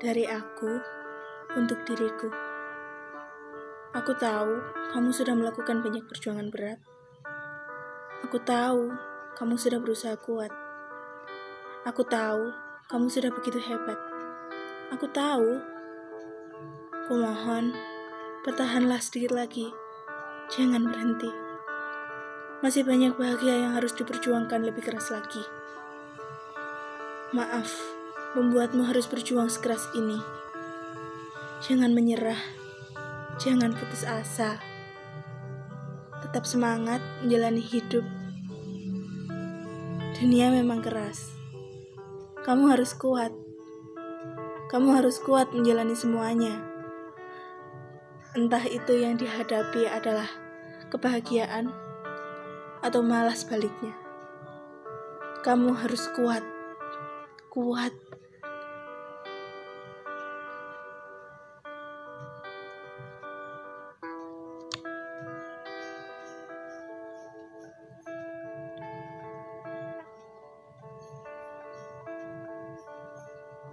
Dari aku untuk diriku. Aku tahu kamu sudah melakukan banyak perjuangan berat. Aku tahu kamu sudah berusaha kuat. Aku tahu kamu sudah begitu hebat. Aku tahu. Kumohon, bertahanlah sedikit lagi. Jangan berhenti. Masih banyak bahagia yang harus diperjuangkan lebih keras lagi. Maaf, membuatmu harus berjuang sekeras ini. Jangan menyerah, jangan putus asa. Tetap semangat menjalani hidup. Dunia memang keras. Kamu harus kuat. Kamu harus kuat menjalani semuanya. Entah itu yang dihadapi adalah kebahagiaan atau malah sebaliknya. Kamu harus kuat. Kuat.